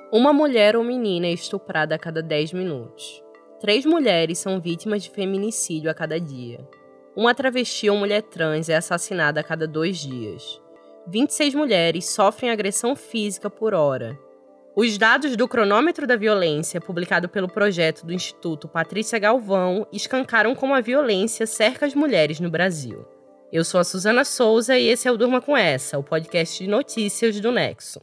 Uma mulher ou menina é estuprada a cada 10 minutos. 3 mulheres são vítimas de feminicídio a cada dia. Uma travesti ou mulher trans é assassinada a cada 2 dias. 26 mulheres sofrem agressão física por hora. Os dados do Cronômetro da Violência, publicado pelo projeto do Instituto Patrícia Galvão, escancaram como a violência cerca as mulheres no Brasil. Eu sou a Suzana Souza e esse é o Durma Com Essa, o podcast de notícias do Nexo.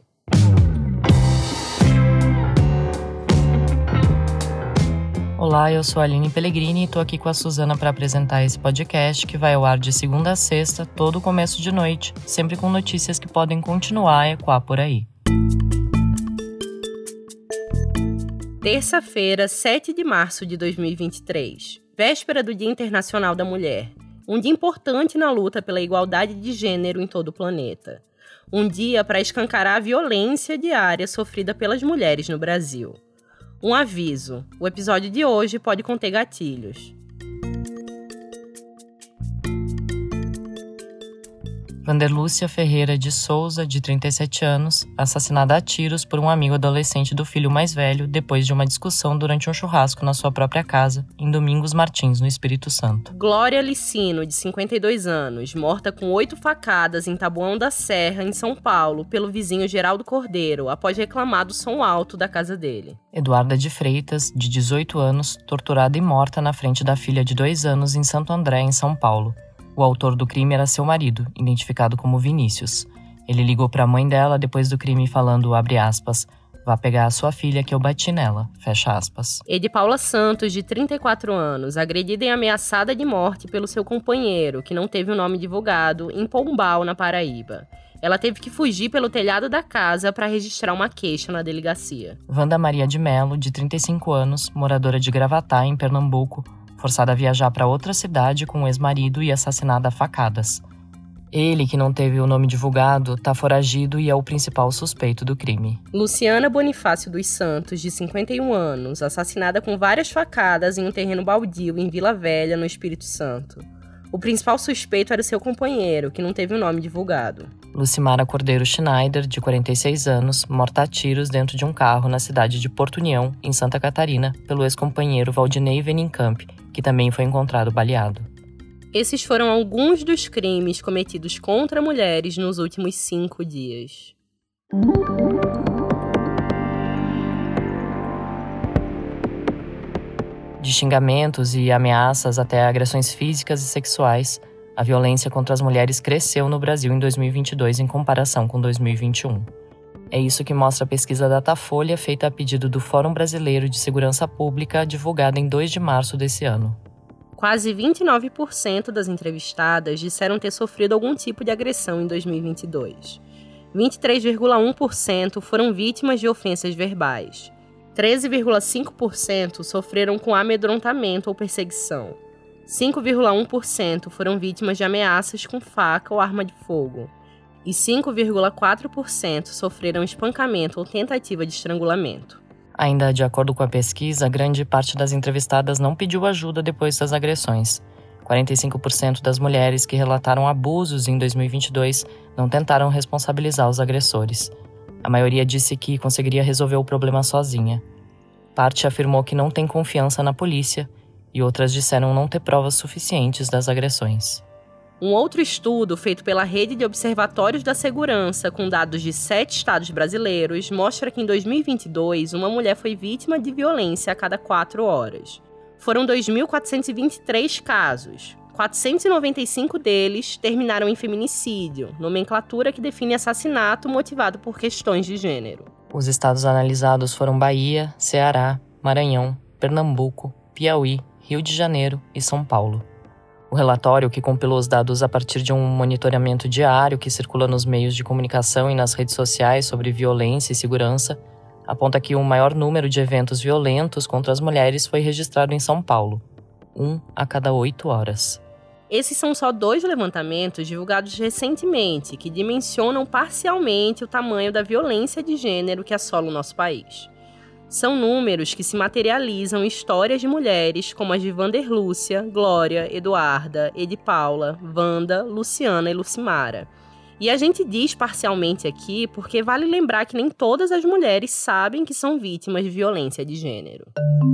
Olá, eu sou a Aline Pellegrini e estou aqui com a Suzana para apresentar esse podcast que vai ao ar de segunda a sexta, todo começo de noite, sempre com notícias que podem continuar a ecoar por aí. Terça-feira, 7 de março de 2023, véspera do Dia Internacional da Mulher. Um dia importante na luta pela igualdade de gênero em todo o planeta. Um dia para escancarar a violência diária sofrida pelas mulheres no Brasil. Um aviso: o episódio de hoje pode conter gatilhos. Vanderlúcia Ferreira de Souza, de 37 anos, assassinada a tiros por um amigo adolescente do filho mais velho depois de uma discussão durante um churrasco na sua própria casa, em Domingos Martins, no Espírito Santo. Glória Licino, de 52 anos, morta com 8 facadas em Taboão da Serra, em São Paulo, pelo vizinho Geraldo Cordeiro, após reclamar do som alto da casa dele. Eduarda de Freitas, de 18 anos, torturada e morta na frente da filha de 2 anos em Santo André, em São Paulo. O autor do crime era seu marido, identificado como Vinícius. Ele ligou para a mãe dela depois do crime falando, abre aspas, vá pegar a sua filha que eu bati nela, fecha aspas. Edi Paula Santos, de 34 anos, agredida e ameaçada de morte pelo seu companheiro, que não teve o nome divulgado, em Pombal, na Paraíba. Ela teve que fugir pelo telhado da casa para registrar uma queixa na delegacia. Wanda Maria de Mello, de 35 anos, moradora de Gravatá, em Pernambuco, forçada a viajar para outra cidade com o ex-marido e assassinada a facadas. Ele, que não teve o nome divulgado, está foragido e é o principal suspeito do crime. Luciana Bonifácio dos Santos, de 51 anos, assassinada com várias facadas em um terreno baldio em Vila Velha, no Espírito Santo. O principal suspeito era o seu companheiro, que não teve o nome divulgado. Lucimara Cordeiro Schneider, de 46 anos, morta a tiros dentro de um carro na cidade de Porto União, em Santa Catarina, pelo ex-companheiro Valdinei Venicamp, que também foi encontrado baleado. Esses foram alguns dos crimes cometidos contra mulheres nos últimos 5 dias. De xingamentos e ameaças até agressões físicas e sexuais, a violência contra as mulheres cresceu no Brasil em 2022 em comparação com 2021. É isso que mostra a pesquisa Datafolha feita a pedido do Fórum Brasileiro de Segurança Pública, divulgada em 2 de março desse ano. Quase 29% das entrevistadas disseram ter sofrido algum tipo de agressão em 2022. 23,1% foram vítimas de ofensas verbais. 13,5% sofreram com amedrontamento ou perseguição. 5,1% foram vítimas de ameaças com faca ou arma de fogo. E 5,4% sofreram espancamento ou tentativa de estrangulamento. Ainda de acordo com a pesquisa, grande parte das entrevistadas não pediu ajuda depois das agressões. 45% das mulheres que relataram abusos em 2022 não tentaram responsabilizar os agressores. A maioria disse que conseguiria resolver o problema sozinha. Parte afirmou que não tem confiança na polícia e outras disseram não ter provas suficientes das agressões. Um outro estudo feito pela Rede de Observatórios da Segurança, com dados de 7 estados brasileiros, mostra que em 2022 uma mulher foi vítima de violência a cada 4 horas. Foram 2.423 casos. 495 deles terminaram em feminicídio, nomenclatura que define assassinato motivado por questões de gênero. Os estados analisados foram Bahia, Ceará, Maranhão, Pernambuco, Piauí, Rio de Janeiro e São Paulo. O relatório, que compilou os dados a partir de um monitoramento diário que circula nos meios de comunicação e nas redes sociais sobre violência e segurança, aponta que o maior número de eventos violentos contra as mulheres foi registrado em São Paulo, 1 a cada 8 horas. Esses são só 2 levantamentos divulgados recentemente, que dimensionam parcialmente o tamanho da violência de gênero que assola o nosso país. São números que se materializam em histórias de mulheres como as de Vanderlúcia, Glória, Eduarda, Edi Paula, Wanda, Luciana e Lucimara. E a gente diz parcialmente aqui porque vale lembrar que nem todas as mulheres sabem que são vítimas de violência de gênero.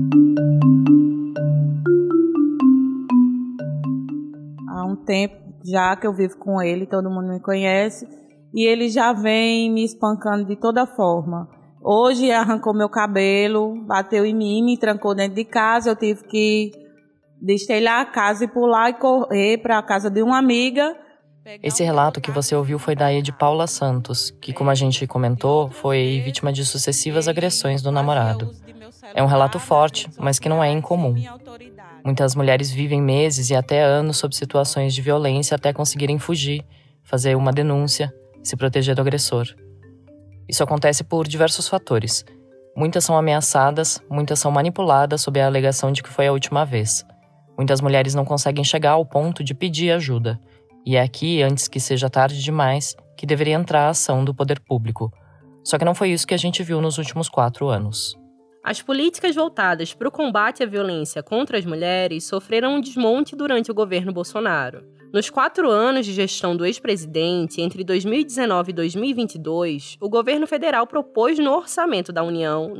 Há um tempo já que eu vivo com ele, todo mundo me conhece, e ele já vem me espancando de toda forma. Hoje arrancou meu cabelo, bateu em mim, me trancou dentro de casa, eu tive que destelhar a casa e pular e correr para a casa de uma amiga. Esse relato que você ouviu foi da Ed Paula Santos, que, como a gente comentou, foi vítima de sucessivas agressões do namorado. É um relato forte, mas que não é incomum. Muitas mulheres vivem meses e até anos sob situações de violência até conseguirem fugir, fazer uma denúncia, se proteger do agressor. Isso acontece por diversos fatores. Muitas são ameaçadas, muitas são manipuladas sob a alegação de que foi a última vez. Muitas mulheres não conseguem chegar ao ponto de pedir ajuda. E é aqui, antes que seja tarde demais, que deveria entrar a ação do poder público. Só que não foi isso que a gente viu nos últimos 4 anos. As políticas voltadas para o combate à violência contra as mulheres sofreram um desmonte durante o governo Bolsonaro. Nos 4 anos de gestão do ex-presidente, entre 2019 e 2022, o governo federal propôs no orçamento da União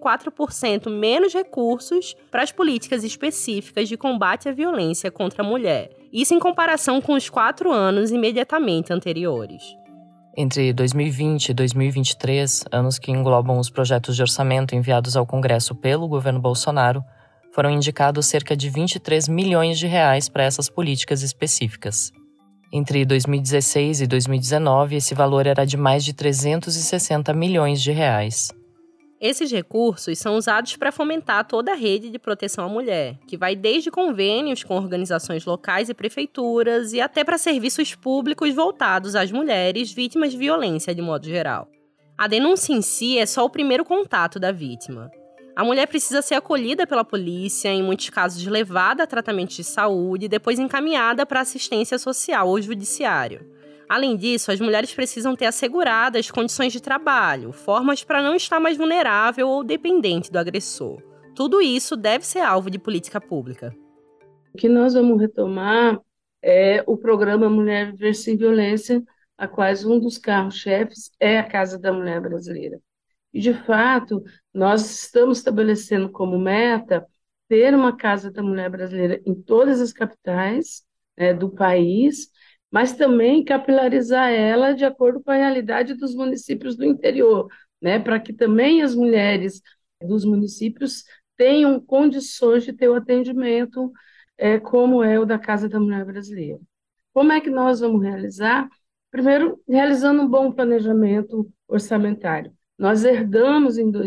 94% menos recursos para as políticas específicas de combate à violência contra a mulher. Isso em comparação com os 4 anos imediatamente anteriores. Entre 2020 e 2023, anos que englobam os projetos de orçamento enviados ao Congresso pelo governo Bolsonaro, foram indicados cerca de 23 milhões de reais para essas políticas específicas. Entre 2016 e 2019, esse valor era de mais de 360 milhões de reais. Esses recursos são usados para fomentar toda a rede de proteção à mulher, que vai desde convênios com organizações locais e prefeituras e até para serviços públicos voltados às mulheres vítimas de violência de modo geral. A denúncia em si é só o primeiro contato da vítima. A mulher precisa ser acolhida pela polícia, em muitos casos levada a tratamento de saúde e depois encaminhada para assistência social ou judiciário. Além disso, as mulheres precisam ter asseguradas condições de trabalho, formas para não estar mais vulnerável ou dependente do agressor. Tudo isso deve ser alvo de política pública. O que nós vamos retomar é o programa Mulher Viver Sem Violência, a quais um dos carros-chefes é a Casa da Mulher Brasileira. E, de fato, nós estamos estabelecendo como meta ter uma Casa da Mulher Brasileira em todas as capitais, do país, mas também capilarizar ela de acordo com a realidade dos municípios do interior, para que também as mulheres dos municípios tenham condições de ter o atendimento como é o da Casa da Mulher Brasileira. Como é que nós vamos realizar? Primeiro, realizando um bom planejamento orçamentário. Nós herdamos em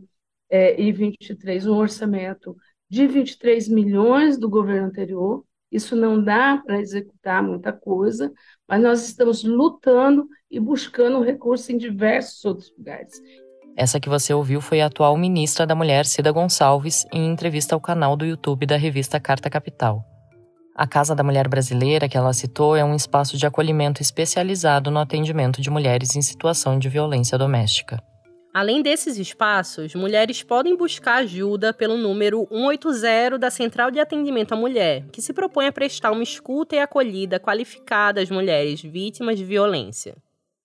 2023 um orçamento de 23 milhões do governo anterior. Isso não dá para executar muita coisa, mas nós estamos lutando e buscando recursos em diversos outros lugares. Essa que você ouviu foi a atual ministra da Mulher, Cida Gonçalves, em entrevista ao canal do YouTube da revista Carta Capital. A Casa da Mulher Brasileira, que ela citou, é um espaço de acolhimento especializado no atendimento de mulheres em situação de violência doméstica. Além desses espaços, mulheres podem buscar ajuda pelo número 180 da Central de Atendimento à Mulher, que se propõe a prestar uma escuta e acolhida qualificada às mulheres vítimas de violência.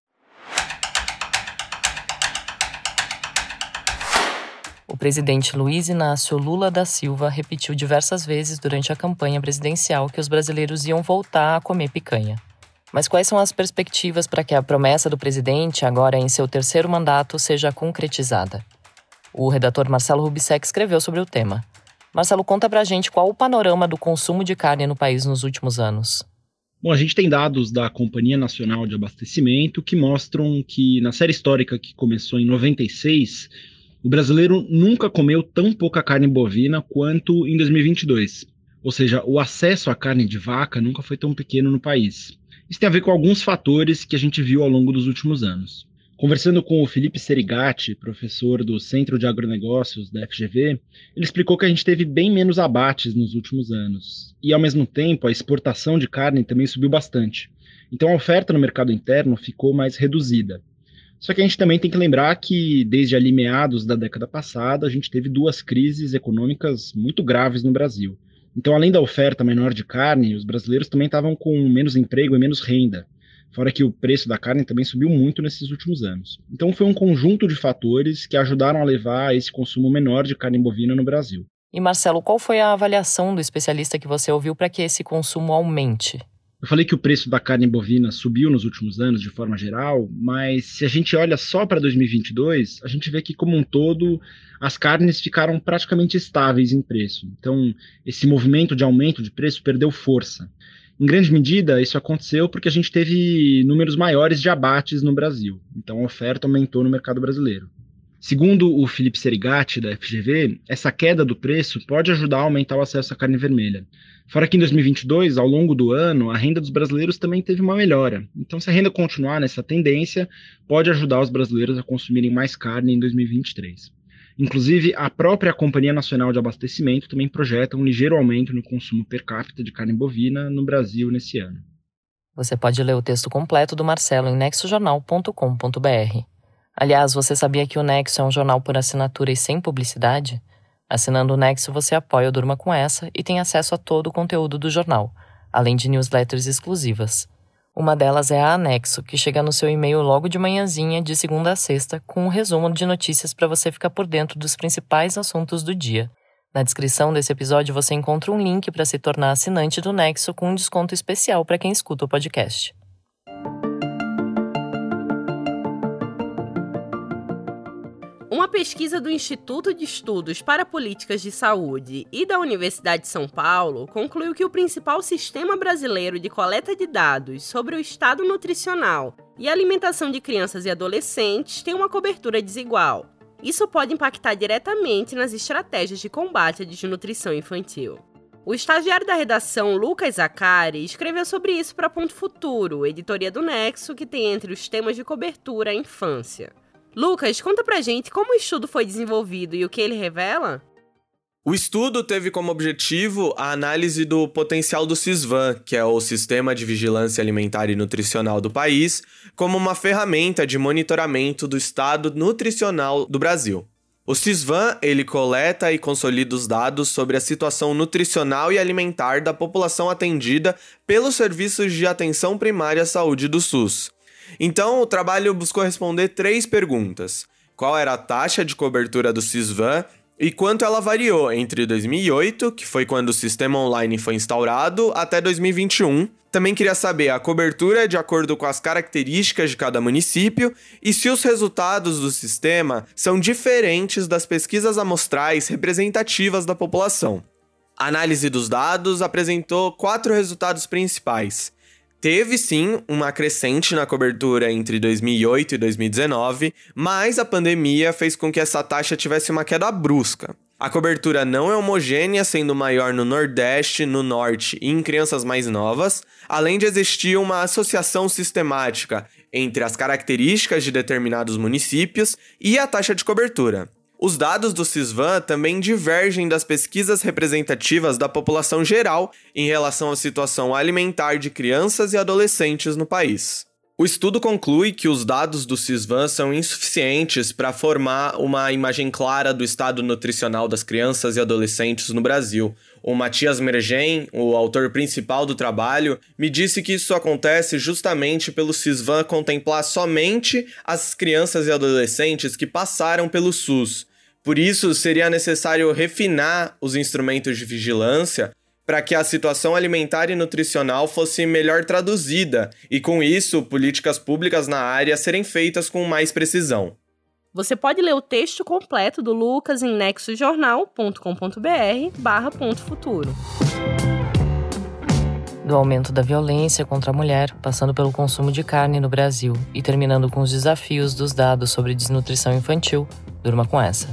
O presidente Luiz Inácio Lula da Silva repetiu diversas vezes durante a campanha presidencial que os brasileiros iam voltar a comer picanha. Mas quais são as perspectivas para que a promessa do presidente, agora em seu 3º mandato, seja concretizada? O redator Marcelo Rubissec escreveu sobre o tema. Marcelo, conta pra gente qual o panorama do consumo de carne no país nos últimos anos. Bom, a gente tem dados da Companhia Nacional de Abastecimento que mostram que, na série histórica que começou em 96, o brasileiro nunca comeu tão pouca carne bovina quanto em 2022. Ou seja, o acesso à carne de vaca nunca foi tão pequeno no país. Isso tem a ver com alguns fatores que a gente viu ao longo dos últimos anos. Conversando com o Felipe Serigati, professor do Centro de Agronegócios da FGV, ele explicou que a gente teve bem menos abates nos últimos anos. E, ao mesmo tempo, a exportação de carne também subiu bastante. Então, a oferta no mercado interno ficou mais reduzida. Só que a gente também tem que lembrar que, desde ali meados da década passada, a gente teve 2 crises econômicas muito graves no Brasil. Então, além da oferta menor de carne, os brasileiros também estavam com menos emprego e menos renda. Fora que o preço da carne também subiu muito nesses últimos anos. Então foi um conjunto de fatores que ajudaram a levar a esse consumo menor de carne bovina no Brasil. E Marcelo, qual foi a avaliação do especialista que você ouviu para que esse consumo aumente? Eu falei que o preço da carne bovina subiu nos últimos anos de forma geral, mas se a gente olha só para 2022, a gente vê que, como um todo, as carnes ficaram praticamente estáveis em preço. Então, esse movimento de aumento de preço perdeu força. Em grande medida, isso aconteceu porque a gente teve números maiores de abates no Brasil. Então, a oferta aumentou no mercado brasileiro. Segundo o Felipe Serigati, da FGV, essa queda do preço pode ajudar a aumentar o acesso à carne vermelha. Fora que em 2022, ao longo do ano, a renda dos brasileiros também teve uma melhora. Então, se a renda continuar nessa tendência, pode ajudar os brasileiros a consumirem mais carne em 2023. Inclusive, a própria Companhia Nacional de Abastecimento também projeta um ligeiro aumento no consumo per capita de carne bovina no Brasil nesse ano. Você pode ler o texto completo do Marcelo em nexojornal.com.br. Aliás, você sabia que o Nexo é um jornal por assinatura e sem publicidade? Assinando o Nexo, você apoia o Durma Com Essa e tem acesso a todo o conteúdo do jornal, além de newsletters exclusivas. Uma delas é a Anexo, que chega no seu e-mail logo de manhãzinha, de segunda a sexta, com um resumo de notícias para você ficar por dentro dos principais assuntos do dia. Na descrição desse episódio você encontra um link para se tornar assinante do Nexo com um desconto especial para quem escuta o podcast. Uma pesquisa do Instituto de Estudos para Políticas de Saúde e da Universidade de São Paulo concluiu que o principal sistema brasileiro de coleta de dados sobre o estado nutricional e alimentação de crianças e adolescentes tem uma cobertura desigual. Isso pode impactar diretamente nas estratégias de combate à desnutrição infantil. O estagiário da redação Lucas Zacari escreveu sobre isso para Ponto Futuro, editoria do Nexo, que tem entre os temas de cobertura a infância. Lucas, conta pra gente como o estudo foi desenvolvido e o que ele revela? O estudo teve como objetivo a análise do potencial do SISVAN, que é o Sistema de Vigilância Alimentar e Nutricional do país, como uma ferramenta de monitoramento do estado nutricional do Brasil. O SISVAN, ele coleta e consolida os dados sobre a situação nutricional e alimentar da população atendida pelos serviços de atenção primária à saúde do SUS. Então, o trabalho buscou responder 3 perguntas. Qual era a taxa de cobertura do SISVAN e quanto ela variou entre 2008, que foi quando o sistema online foi instaurado, até 2021. Também queria saber a cobertura de acordo com as características de cada município e se os resultados do sistema são diferentes das pesquisas amostrais representativas da população. A análise dos dados apresentou 4 resultados principais. Teve, sim, uma crescente na cobertura entre 2008 e 2019, mas a pandemia fez com que essa taxa tivesse uma queda brusca. A cobertura não é homogênea, sendo maior no Nordeste, no Norte e em crianças mais novas, além de existir uma associação sistemática entre as características de determinados municípios e a taxa de cobertura. Os dados do SISVAN também divergem das pesquisas representativas da população geral em relação à situação alimentar de crianças e adolescentes no país. O estudo conclui que os dados do SISVAN são insuficientes para formar uma imagem clara do estado nutricional das crianças e adolescentes no Brasil. O Matias Mergen, o autor principal do trabalho, me disse que isso acontece justamente pelo SISVAN contemplar somente as crianças e adolescentes que passaram pelo SUS. Por isso, seria necessário refinar os instrumentos de vigilância para que a situação alimentar e nutricional fosse melhor traduzida e, com isso, políticas públicas na área serem feitas com mais precisão. Você pode ler o texto completo do Lucas em nexojornal.com.br/Ponto Futuro. Do aumento da violência contra a mulher, passando pelo consumo de carne no Brasil e terminando com os desafios dos dados sobre desnutrição infantil, durma com essa.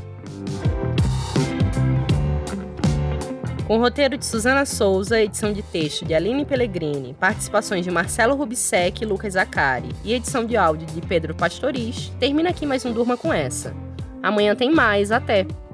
Com roteiro de Suzana Souza, edição de texto de Aline Pellegrini, participações de Marcelo Rubissec e Lucas Zacari e edição de áudio de Pedro Pastoriz, termina aqui mais um Durma Com Essa. Amanhã tem mais, até!